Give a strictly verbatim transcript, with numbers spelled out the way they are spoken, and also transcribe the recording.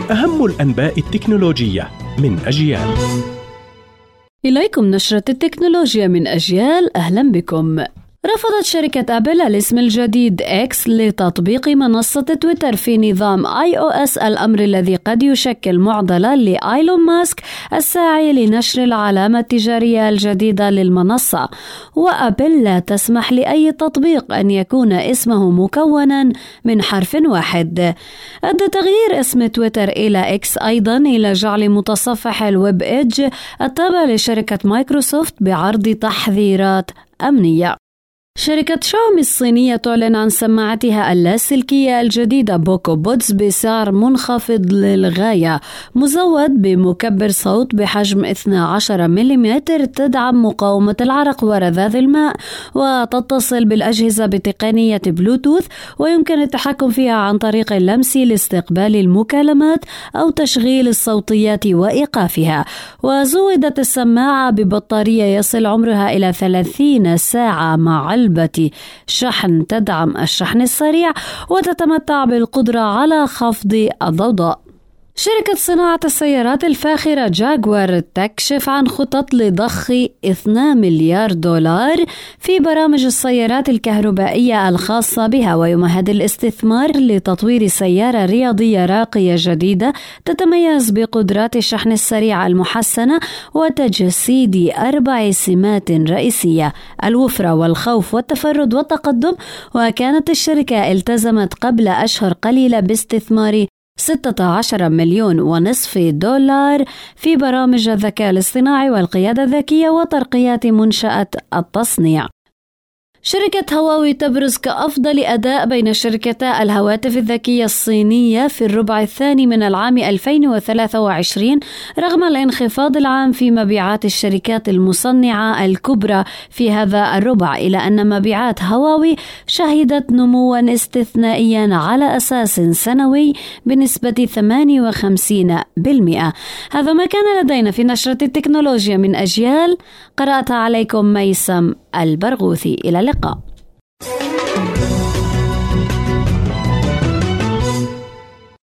أهم الأنباء التكنولوجية من أجيال. إليكم نشرة التكنولوجيا من أجيال، أهلا بكم. رفضت شركة أبل الاسم الجديد إكس لتطبيق منصة تويتر في نظام آي أو إس، الأمر الذي قد يشكل معضلة لإيلون ماسك الساعي لنشر العلامة التجارية الجديدة للمنصة. وأبل لا تسمح لأي تطبيق أن يكون اسمه مكونا من حرف واحد. أدى تغيير اسم تويتر إلى إكس أيضا إلى جعل متصفح الويب إيدج التابع لشركة مايكروسوفت بعرض تحذيرات أمنية. شركة شاومي الصينية تعلن عن سماعتها اللاسلكية الجديدة بوكو بودز بسعر منخفض للغاية، مزود بمكبر صوت بحجم اثني عشر ملم تدعم مقاومة العرق ورذاذ الماء، وتتصل بالأجهزة بتقنية بلوتوث، ويمكن التحكم فيها عن طريق اللمس لاستقبال المكالمات أو تشغيل الصوتيات وإيقافها. وزودت السماعة ببطارية يصل عمرها إلى ثلاثين ساعة مع علبة شحن تدعم الشحن السريع، وتتمتع بالقدرة على خفض الضوضاء. شركة صناعة السيارات الفاخرة جاكوار تكشف عن خطط لضخ اثنين مليار دولار في برامج السيارات الكهربائية الخاصة بها، ويمهد الاستثمار لتطوير سيارة رياضية راقية جديدة تتميز بقدرات الشحن السريع المحسنة وتجسيد أربع سمات رئيسية: الوفرة والخوف والتفرد والتقدم. وكانت الشركة التزمت قبل أشهر قليلة باستثمار ستة عشر مليون ونصف دولار في برامج الذكاء الاصطناعي والقيادة الذكية وترقية منشأة التصنيع. شركة هواوي تبرز كأفضل أداء بين شركتا الهواتف الذكية الصينية في الربع الثاني من العام ألفين وثلاثة وعشرين، رغم الانخفاض العام في مبيعات الشركات المصنعة الكبرى في هذا الربع، إلى أن مبيعات هواوي شهدت نمواً استثنائياً على أساس سنوي بنسبة ثمانية وخمسين بالمئة. هذا ما كان لدينا في نشرة التكنولوجيا من أجيال، قرأتها عليكم ميسم البرغوثي. إلى اللقاء.